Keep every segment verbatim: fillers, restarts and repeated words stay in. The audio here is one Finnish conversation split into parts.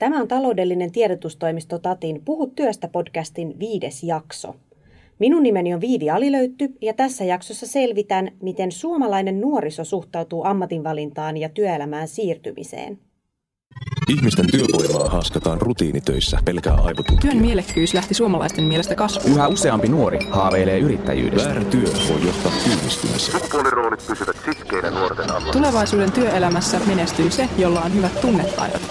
Tämä on taloudellinen tiedotustoimisto Tatin Puhu työstä podcastin viides jakso. Minun nimeni on Viivi Alilöytty ja tässä jaksossa selvitän, miten suomalainen nuoriso suhtautuu ammatinvalintaan ja työelämään siirtymiseen. Ihmisten työvoimaa haaskataan rutiinitöissä pelkää aivotutkija. Työn mielekkyys lähti suomalaisten mielestä kasvuun. Yhä useampi nuori haaveilee yrittäjyydestä. Väärä työ voi johtaa työllistymiseen. Sukupuoliroolit pysyvät sitkeinä nuorten alla. Tulevaisuuden työelämässä menestyy se, jolla on hyvät tunnetaidot.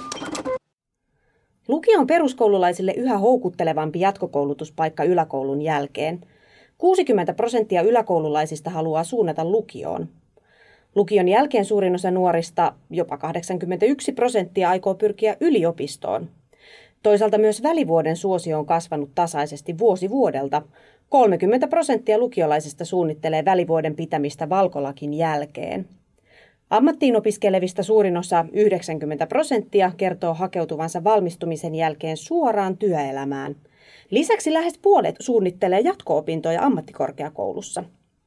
Lukio on peruskoululaisille yhä houkuttelevampi jatkokoulutuspaikka yläkoulun jälkeen. kuusikymmentä prosenttia yläkoululaisista haluaa suunnata lukioon. Lukion jälkeen suurin osa nuorista, jopa kahdeksankymmentäyksi prosenttia, aikoo pyrkiä yliopistoon. Toisaalta myös välivuoden suosio on kasvanut tasaisesti vuosi vuodelta. kolmekymmentä prosenttia lukiolaisista suunnittelee välivuoden pitämistä valkolakin jälkeen. Ammattiin opiskelevista suurin osa, yhdeksänkymmentä prosenttia, kertoo hakeutuvansa valmistumisen jälkeen suoraan työelämään. Lisäksi lähes puolet suunnittelee jatko-opintoja ammattikorkeakoulussa.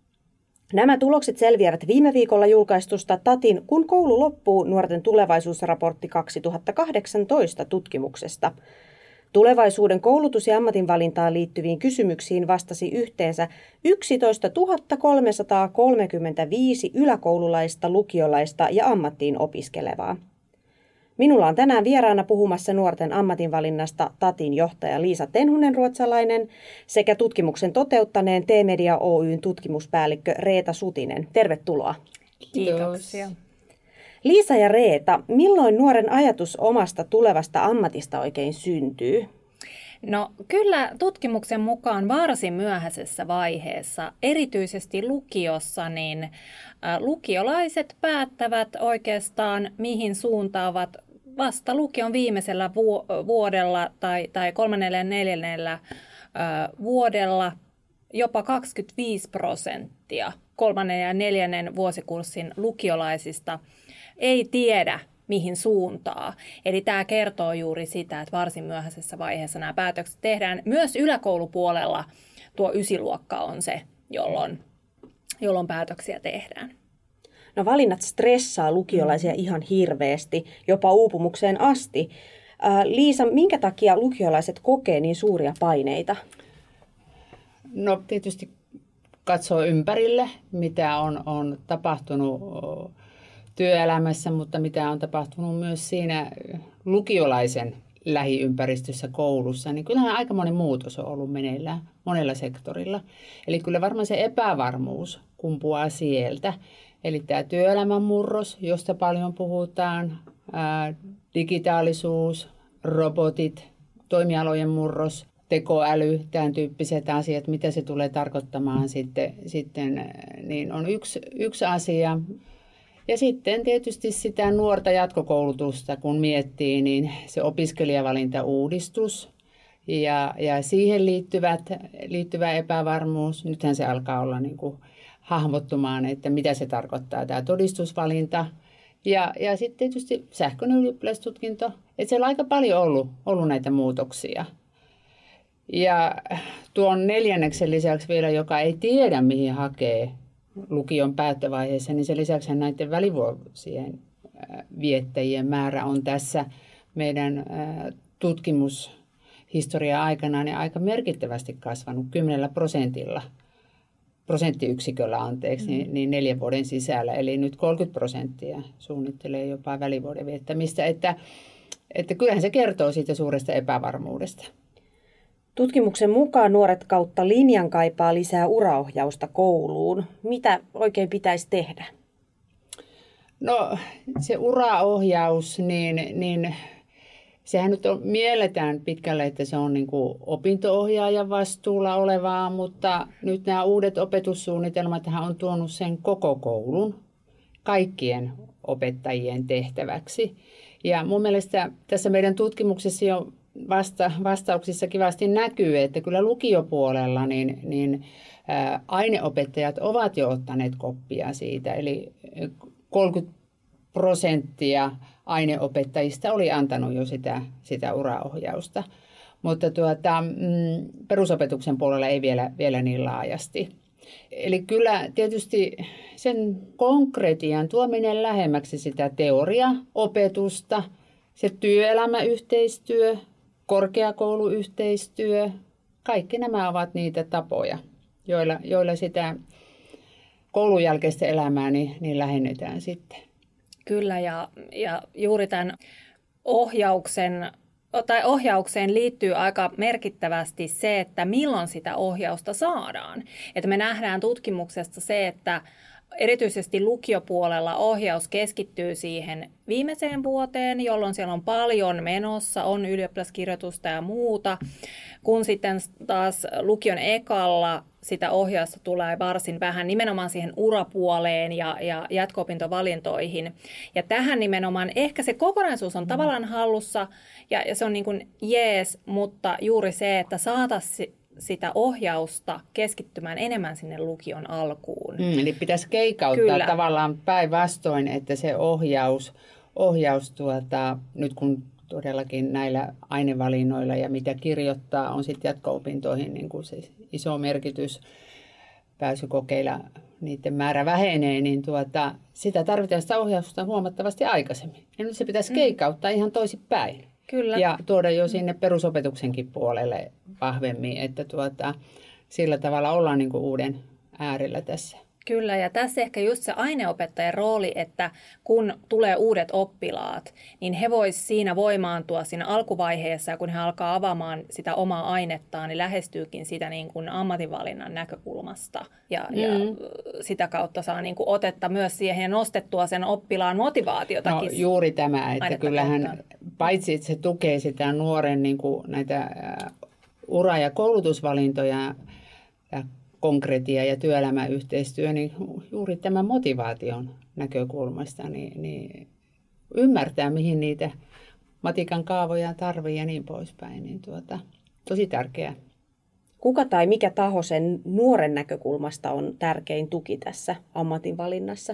Nämä tulokset selviävät viime viikolla julkaistusta Tatin Kun koulu loppuu nuorten tulevaisuusraportti kaksituhattakahdeksantoista tutkimuksesta. Tulevaisuuden koulutus- ja ammatinvalintaan liittyviin kysymyksiin vastasi yhteensä yksitoistatuhatta kolmesataakolmekymmentäviisi yläkoululaista, lukiolaista ja ammattiin opiskelevaa. Minulla on tänään vieraana puhumassa nuorten ammatinvalinnasta Tatin johtaja Liisa Tenhunen-Ruotsalainen sekä tutkimuksen toteuttaneen T-Media Oy:n tutkimuspäällikkö Reeta Sutinen. Tervetuloa. Kiitoksia. Liisa ja Reeta, milloin nuoren ajatus omasta tulevasta ammatista oikein syntyy? No kyllä tutkimuksen mukaan varsin myöhäisessä vaiheessa, erityisesti lukiossa, niin ä, lukiolaiset päättävät oikeastaan mihin suuntaavat vasta lukion viimeisellä vu- vuodella tai, tai kolmannella ja neljännellä ä, vuodella jopa kaksikymmentäviisi prosenttia kolmannen ja neljännen vuosikurssin lukiolaisista ei tiedä, mihin suuntaa. Eli tämä kertoo juuri sitä, että varsin myöhäisessä vaiheessa nämä päätökset tehdään. Myös yläkoulupuolella tuo ysiluokka on se, jolloin, jolloin päätöksiä tehdään. No valinnat stressaa lukiolaisia ihan hirveästi, jopa uupumukseen asti. Äh, Liisa, minkä takia lukiolaiset kokee niin suuria paineita? No tietysti katsoo ympärille, mitä on, on tapahtunut työelämässä, mutta mitä on tapahtunut myös siinä lukiolaisen lähiympäristössä koulussa, niin kyllähän aikamoinen muutos on ollut meneillään monella sektorilla. Eli kyllä varmaan se epävarmuus kumpuaa sieltä. Eli tämä työelämän murros, josta paljon puhutaan, ää, digitaalisuus, robotit, toimialojen murros, tekoäly, tämän tyyppiset asiat, mitä se tulee tarkoittamaan sitten, sitten niin on yksi, yksi asia. Ja sitten tietysti sitä nuorta jatkokoulutusta, kun miettii, niin se opiskelijavalintauudistus ja, ja siihen liittyvät, liittyvä epävarmuus. Nythän se alkaa olla niin kuin hahmottumaan, että mitä se tarkoittaa tämä todistusvalinta. Ja, ja sitten tietysti sähköinen ylioppilastutkinto. Että siellä on aika paljon ollut, ollut näitä muutoksia. Ja tuon neljänneksen lisäksi vielä, joka ei tiedä mihin hakee lukion päättövaiheessa, niin sen lisäksi näiden välivuosien viettäjien määrä on tässä meidän tutkimushistoria aikana niin aika merkittävästi kasvanut kymmenellä prosentilla, prosenttiyksiköllä anteeksi, mm. niin, niin neljän vuoden sisällä. Eli nyt kolmekymmentä prosenttia suunnittelee jopa välivuoden viettämistä, että, että kyllähän se kertoo siitä suuresta epävarmuudesta. Tutkimuksen mukaan nuoret kautta linjan kaipaa lisää uraohjausta kouluun. Mitä oikein pitäisi tehdä? No se uraohjaus, niin, niin sehän nyt on, mielletään pitkälle, että se on niin kuin opinto-ohjaajan vastuulla olevaa, mutta nyt nämä uudet opetussuunnitelmat on tuonut sen koko koulun kaikkien opettajien tehtäväksi. Ja mun mielestä tässä meidän tutkimuksessa jo Vasta, vastauksissa kivasti näkyy, että kyllä lukiopuolella niin, niin ää, aineopettajat ovat jo ottaneet koppia siitä. Eli kolmekymmentä prosenttia aineopettajista oli antanut jo sitä, sitä uraohjausta. Mutta tuota, mm, perusopetuksen puolella ei vielä, vielä niin laajasti. Eli kyllä tietysti sen konkretian tuominen lähemmäksi sitä teoriaopetusta se työelämäyhteistyö, korkeakouluyhteistyö, kaikki nämä ovat niitä tapoja, joilla, joilla sitä koulun jälkeistä elämää niin, niin lähennetään sitten. Kyllä, ja, ja juuri tämän ohjauksen, tai ohjaukseen liittyy aika merkittävästi se, että milloin sitä ohjausta saadaan. Että me nähdään tutkimuksesta se, että erityisesti lukiopuolella ohjaus keskittyy siihen viimeiseen vuoteen, jolloin siellä on paljon menossa, on ylioppilaskirjoitusta ja muuta, kun sitten taas lukion ekalla sitä ohjausta tulee varsin vähän nimenomaan siihen urapuoleen ja, ja jatko-opintovalintoihin. Ja tähän nimenomaan ehkä se kokonaisuus on tavallaan hallussa ja, ja se on niin kuin jees, mutta juuri se, että saataisiin sitä ohjausta keskittymään enemmän sinne lukion alkuun. Mm, eli pitäisi keikauttaa Kyllä. tavallaan päinvastoin, että se ohjaus, ohjaus tuota, nyt kun todellakin näillä ainevalinnoilla ja mitä kirjoittaa on sitten jatko-opintoihin niin kuin se iso merkitys pääsykokeilla, niiden määrä vähenee, niin tuota, sitä tarvitaan sitä ohjausta huomattavasti aikaisemmin. Ja nyt se pitäisi keikauttaa ihan toisinpäin. Kyllä. Ja tuoda jo sinne perusopetuksenkin puolelle vahvemmin, että tuota, sillä tavalla ollaan niin kuin uuden äärellä tässä. Kyllä, ja tässä ehkä just se aineopettajan rooli, että kun tulee uudet oppilaat, niin he voisivat siinä voimaantua siinä alkuvaiheessa, ja kun he alkaa avaamaan sitä omaa ainettaan, niin lähestyykin sitä niin kuin ammatinvalinnan näkökulmasta. Ja, mm. ja sitä kautta saa niin kuin otetta myös siihen ja nostettua sen oppilaan motivaatiotakin. No juuri tämä, että kyllähän kohtaan. Paitsi että se tukee sitä nuoren niin kuin näitä ura- ja koulutusvalintoja ja konkretia ja työelämäyhteistyö, niin juuri tämän motivaation näkökulmasta niin, niin ymmärtää, mihin niitä matikan kaavoja tarvii ja niin poispäin. Niin tuota, tosi tärkeää. Kuka tai mikä taho sen nuoren näkökulmasta on tärkein tuki tässä ammatinvalinnassa?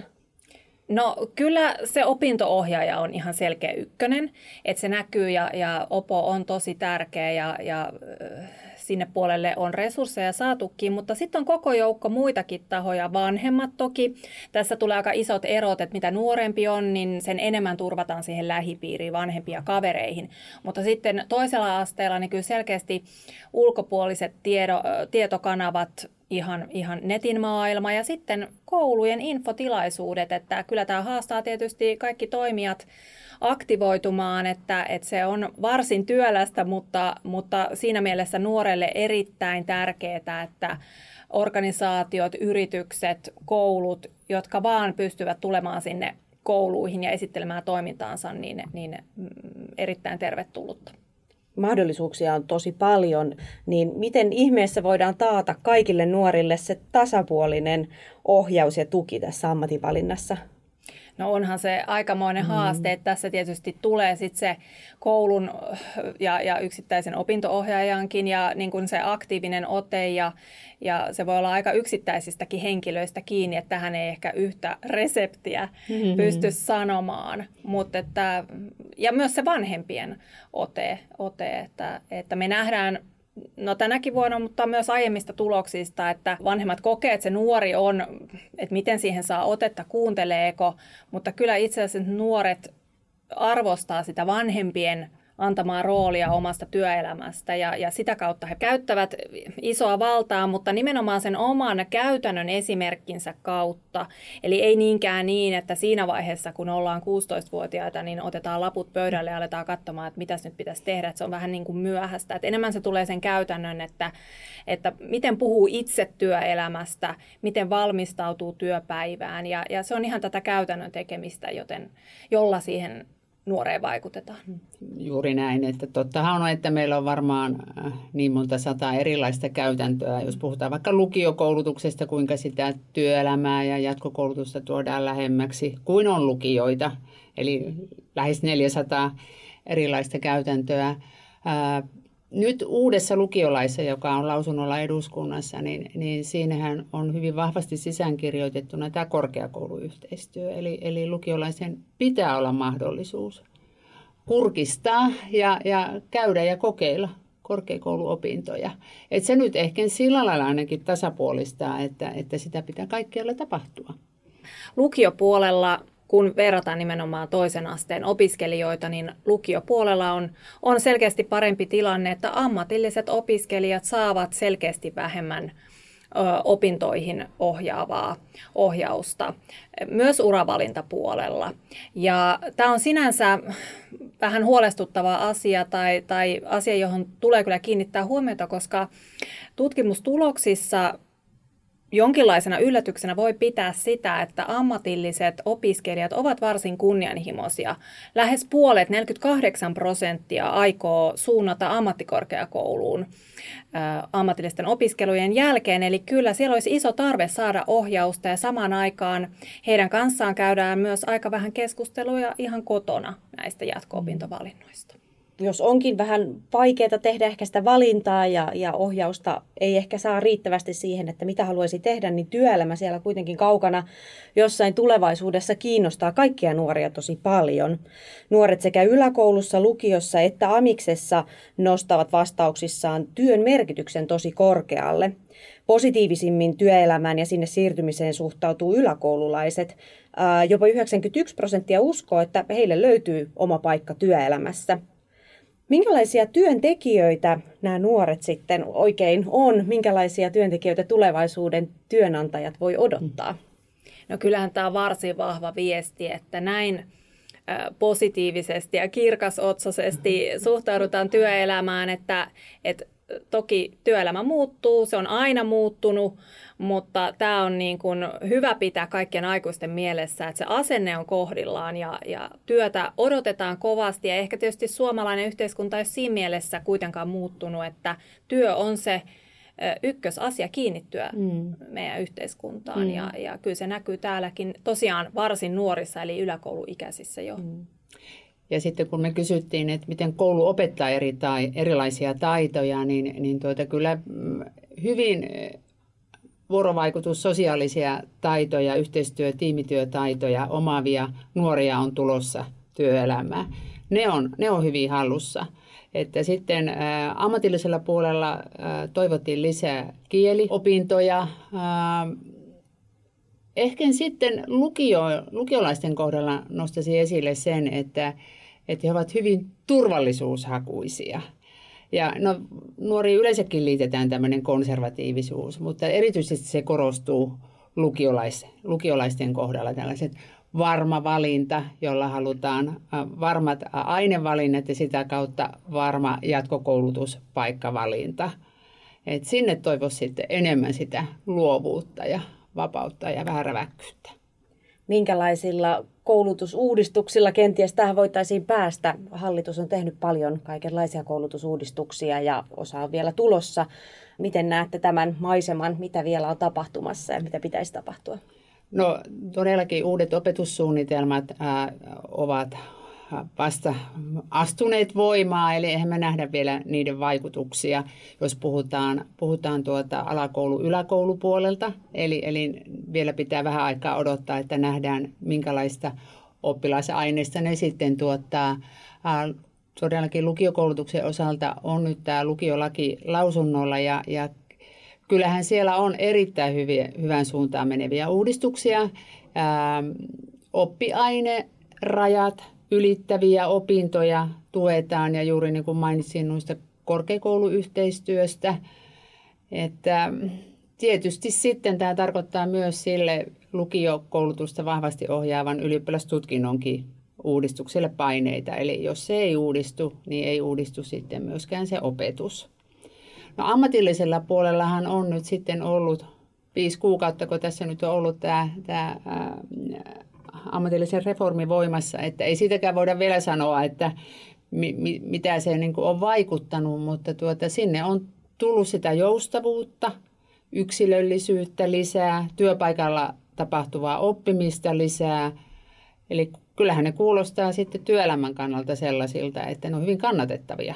No kyllä se opinto-ohjaaja on ihan selkeä ykkönen, että se näkyy ja, ja Opo on tosi tärkeä ja, ja sinne puolelle on resursseja saatukin, mutta sitten on koko joukko muitakin tahoja, vanhemmat toki. Tässä tulee aika isot erot, että mitä nuorempi on, niin sen enemmän turvataan siihen lähipiiriin, vanhempia kavereihin. Mutta sitten toisella asteella niin kyllä selkeästi ulkopuoliset tiedo, tietokanavat, Ihan, ihan netin maailma ja sitten koulujen infotilaisuudet, että kyllä tämä haastaa tietysti kaikki toimijat aktivoitumaan, että, että se on varsin työlästä, mutta, mutta siinä mielessä nuorelle erittäin tärkeää, että organisaatiot, yritykset, koulut, jotka vaan pystyvät tulemaan sinne kouluihin ja esittelemään toimintaansa, niin, niin erittäin tervetullutta. Mahdollisuuksia on tosi paljon, niin miten ihmeessä voidaan taata kaikille nuorille se tasapuolinen ohjaus ja tuki tässä ammatinvalinnassa? No onhan se aikamoinen haaste, että tässä tietysti tulee sitten se koulun ja, ja yksittäisen opinto-ohjaajankin ja niin kuin se aktiivinen ote ja, ja se voi olla aika yksittäisistäkin henkilöistä kiinni, että tähän ei ehkä yhtä reseptiä mm-hmm. pysty sanomaan, mutta että, ja myös se vanhempien ote, ote että, että me nähdään no tänäkin vuonna, mutta myös aiemmista tuloksista, että vanhemmat kokee, että se nuori on, että miten siihen saa otetta, kuunteleeko, mutta kyllä itse asiassa nuoret arvostaa sitä vanhempien antamaa roolia omasta työelämästä ja, ja sitä kautta he käyttävät isoa valtaa, mutta nimenomaan sen oman käytännön esimerkkinsä kautta. Eli ei niinkään niin, että siinä vaiheessa, kun ollaan kuusitoistavuotiaita, niin otetaan laput pöydälle ja aletaan katsomaan, että mitäs nyt pitäisi tehdä, että se on vähän niin kuin myöhäistä. Että enemmän se tulee sen käytännön, että, että miten puhuu itse työelämästä, miten valmistautuu työpäivään ja, ja se on ihan tätä käytännön tekemistä, joten jolla siihen nuoreen vaikutetaan. Juuri näin, että tottahan on, että meillä on varmaan niin monta sataa erilaista käytäntöä, jos puhutaan vaikka lukiokoulutuksesta, kuinka sitä työelämää ja jatkokoulutusta tuodaan lähemmäksi, kuin on lukioita, eli lähes neljäsataa erilaista käytäntöä. Nyt uudessa lukiolaissa, joka on lausunnolla eduskunnassa, niin, niin siinähän on hyvin vahvasti sisäänkirjoitettuna tämä korkeakouluyhteistyö. Eli, eli lukiolaisen pitää olla mahdollisuus kurkistaa ja, ja käydä ja kokeilla korkeakouluopintoja. Et se nyt ehkä sillä lailla ainakin tasapuolistaa, että, että sitä pitää kaikkialla tapahtua. Lukiopuolella kun verrataan nimenomaan toisen asteen opiskelijoita, niin lukiopuolella on, on selkeästi parempi tilanne, että ammatilliset opiskelijat saavat selkeästi vähemmän opintoihin ohjaavaa ohjausta, myös uravalintapuolella. Ja tämä on sinänsä vähän huolestuttava asia tai, tai asia, johon tulee kyllä kiinnittää huomiota, koska tutkimustuloksissa jonkinlaisena yllätyksenä voi pitää sitä, että ammatilliset opiskelijat ovat varsin kunnianhimoisia. Lähes puolet, neljäkymmentäkahdeksan prosenttia, aikoo suunnata ammattikorkeakouluun ä, ammatillisten opiskelujen jälkeen. Eli kyllä siellä olisi iso tarve saada ohjausta ja samaan aikaan heidän kanssaan käydään myös aika vähän keskusteluja ihan kotona näistä jatko-opintovalinnoista. Jos onkin vähän vaikeaa tehdä ehkä sitä valintaa ja, ja ohjausta ei ehkä saa riittävästi siihen, että mitä haluaisi tehdä, niin työelämä siellä kuitenkin kaukana jossain tulevaisuudessa kiinnostaa kaikkia nuoria tosi paljon. Nuoret sekä yläkoulussa, lukiossa että amiksessa nostavat vastauksissaan työn merkityksen tosi korkealle. Positiivisimmin työelämään ja sinne siirtymiseen suhtautuu yläkoululaiset. Ää, jopa yhdeksänkymmentäyksi prosenttia uskoo, että heille löytyy oma paikka työelämässä. Minkälaisia työntekijöitä nämä nuoret sitten oikein on? Minkälaisia työntekijöitä tulevaisuuden työnantajat voi odottaa? No kyllähän tämä on varsin vahva viesti, että näin positiivisesti ja kirkasotsaisesti suhtaudutaan työelämään, että, että toki työelämä muuttuu, se on aina muuttunut, mutta tämä on niin kuin hyvä pitää kaikkien aikuisten mielessä, että se asenne on kohdillaan ja, ja työtä odotetaan kovasti. Ja ehkä tietysti suomalainen yhteiskunta ei ole siinä mielessä kuitenkaan muuttunut, että työ on se ykkösasia kiinnittyä mm. meidän yhteiskuntaan. Mm. Ja, ja kyllä se näkyy täälläkin tosiaan varsin nuorissa eli yläkouluikäisissä jo. Mm. Ja sitten kun me kysyttiin, että miten koulu opettaa eri tai, erilaisia taitoja, niin, niin tuota, kyllä hyvin vuorovaikutus, sosiaalisia taitoja, yhteistyö, tiimityötaitoja omaavia nuoria on tulossa työelämään. Ne on, ne on hyvin hallussa. Että sitten ä, ammatillisella puolella ä, toivottiin lisää kieliopintoja. Ä, ehkä sitten lukio, lukiolaisten kohdalla nostaisin esille sen, että, että he ovat hyvin turvallisuushakuisia. Ja no, nuoriin yleensäkin liitetään tämmöinen konservatiivisuus, mutta erityisesti se korostuu lukiolais, lukiolaisten kohdalla tällaiset varma valinta, jolla halutaan varmat ainevalinnat ja sitä kautta varma jatkokoulutuspaikkavalinta. Et sinne toivoisi sitten enemmän sitä luovuutta ja vapautta ja vähän räväkkyyttä. Minkälaisilla koulutusuudistuksilla kenties tähän voitaisiin päästä? Hallitus on tehnyt paljon kaikenlaisia koulutusuudistuksia ja osa on vielä tulossa. Miten näette tämän maiseman, mitä vielä on tapahtumassa ja mitä pitäisi tapahtua? No todellakin uudet opetussuunnitelmat ää, ovat vasta astuneet voimaan, eli eihän me nähdä vielä niiden vaikutuksia, jos puhutaan, puhutaan tuota alakoulu-yläkoulupuolelta. Eli, eli vielä pitää vähän aikaa odottaa, että nähdään minkälaista oppilasaineista ne sitten tuottaa. Todellakin lukiokoulutuksen osalta on nyt tämä lukiolaki lausunnolla ja, ja kyllähän siellä on erittäin hyviä, hyvän suuntaan meneviä uudistuksia. Ää, oppiainerajat, ylittäviä opintoja tuetaan ja juuri niin kuin mainitsin noista korkeakouluyhteistyöstä. Että tietysti sitten tämä tarkoittaa myös sille lukiokoulutusta vahvasti ohjaavan ylioppilastutkinnonkin uudistukselle paineita. Eli jos se ei uudistu, niin ei uudistu sitten myöskään se opetus. No ammatillisella puolellahan on nyt sitten ollut viisi kuukautta, kun tässä nyt on ollut tämä, tämä ää, ammatillisen reformi voimassa, että ei siitäkään voida vielä sanoa, että mi, mi, mitä se niin kuin on vaikuttanut, mutta tuota, sinne on tullut sitä joustavuutta, yksilöllisyyttä lisää, työpaikalla tapahtuvaa oppimista lisää, eli kyllähän ne kuulostaa sitten työelämän kannalta sellaisilta, että ne on hyvin kannatettavia.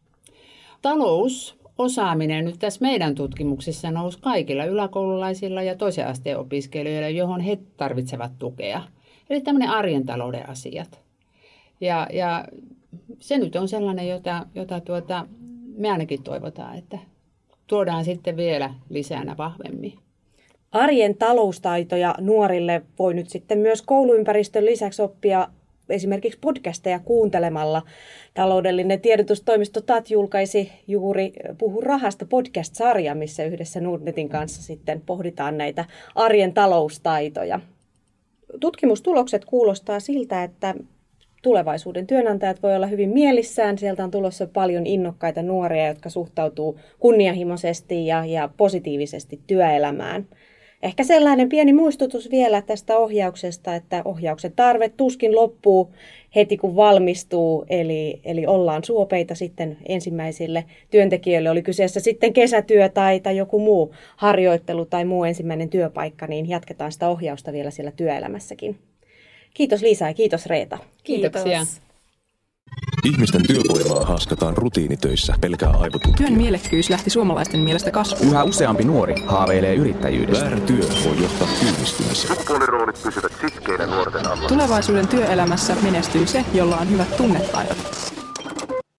Talousosaaminen nyt tässä meidän tutkimuksessa nousi kaikilla yläkoululaisilla ja toisen asteen opiskelijoilla, johon he tarvitsevat tukea. Eli tämmöinen arjen talouden asiat. Ja, ja se nyt on sellainen, jota, jota tuota, me ainakin toivotaan, että tuodaan sitten vielä lisänä vahvemmin. Arjen taloustaitoja nuorille voi nyt sitten myös kouluympäristön lisäksi oppia esimerkiksi podcasteja kuuntelemalla. Taloudellinen tiedotustoimisto T A T julkaisi juuri Puhu rahasta podcast-sarja, missä yhdessä Nordnetin kanssa sitten pohditaan näitä arjen taloustaitoja. Tutkimustulokset kuulostaa siltä, että tulevaisuuden työnantajat voi olla hyvin mielissään. Sieltä on tulossa paljon innokkaita nuoria, jotka suhtautuu kunnianhimoisesti ja, ja positiivisesti työelämään. Ehkä sellainen pieni muistutus vielä tästä ohjauksesta, että ohjauksen tarve tuskin loppuu heti kun valmistuu, eli, eli ollaan suopeita sitten ensimmäisille työntekijöille. Oli kyseessä sitten kesätyö tai, tai joku muu harjoittelu tai muu ensimmäinen työpaikka, niin jatketaan sitä ohjausta vielä siellä työelämässäkin. Kiitos Liisa ja kiitos Reeta. Kiitoksia. Kiitos. Ihmisten työvoimaa haaskataan rutiinitöissä pelkää aivotutkia. Työn mielekkyys lähti suomalaisten mielestä kasvuun. Yhä useampi nuori haaveilee yrittäjyydestä. Väärä työ voi johtaa työllistymiseen. Sukupuoliroolit pysyvät sitkeinä nuorten alla. Tulevaisuuden työelämässä menestyy se, jolla on hyvät tunnetaidot.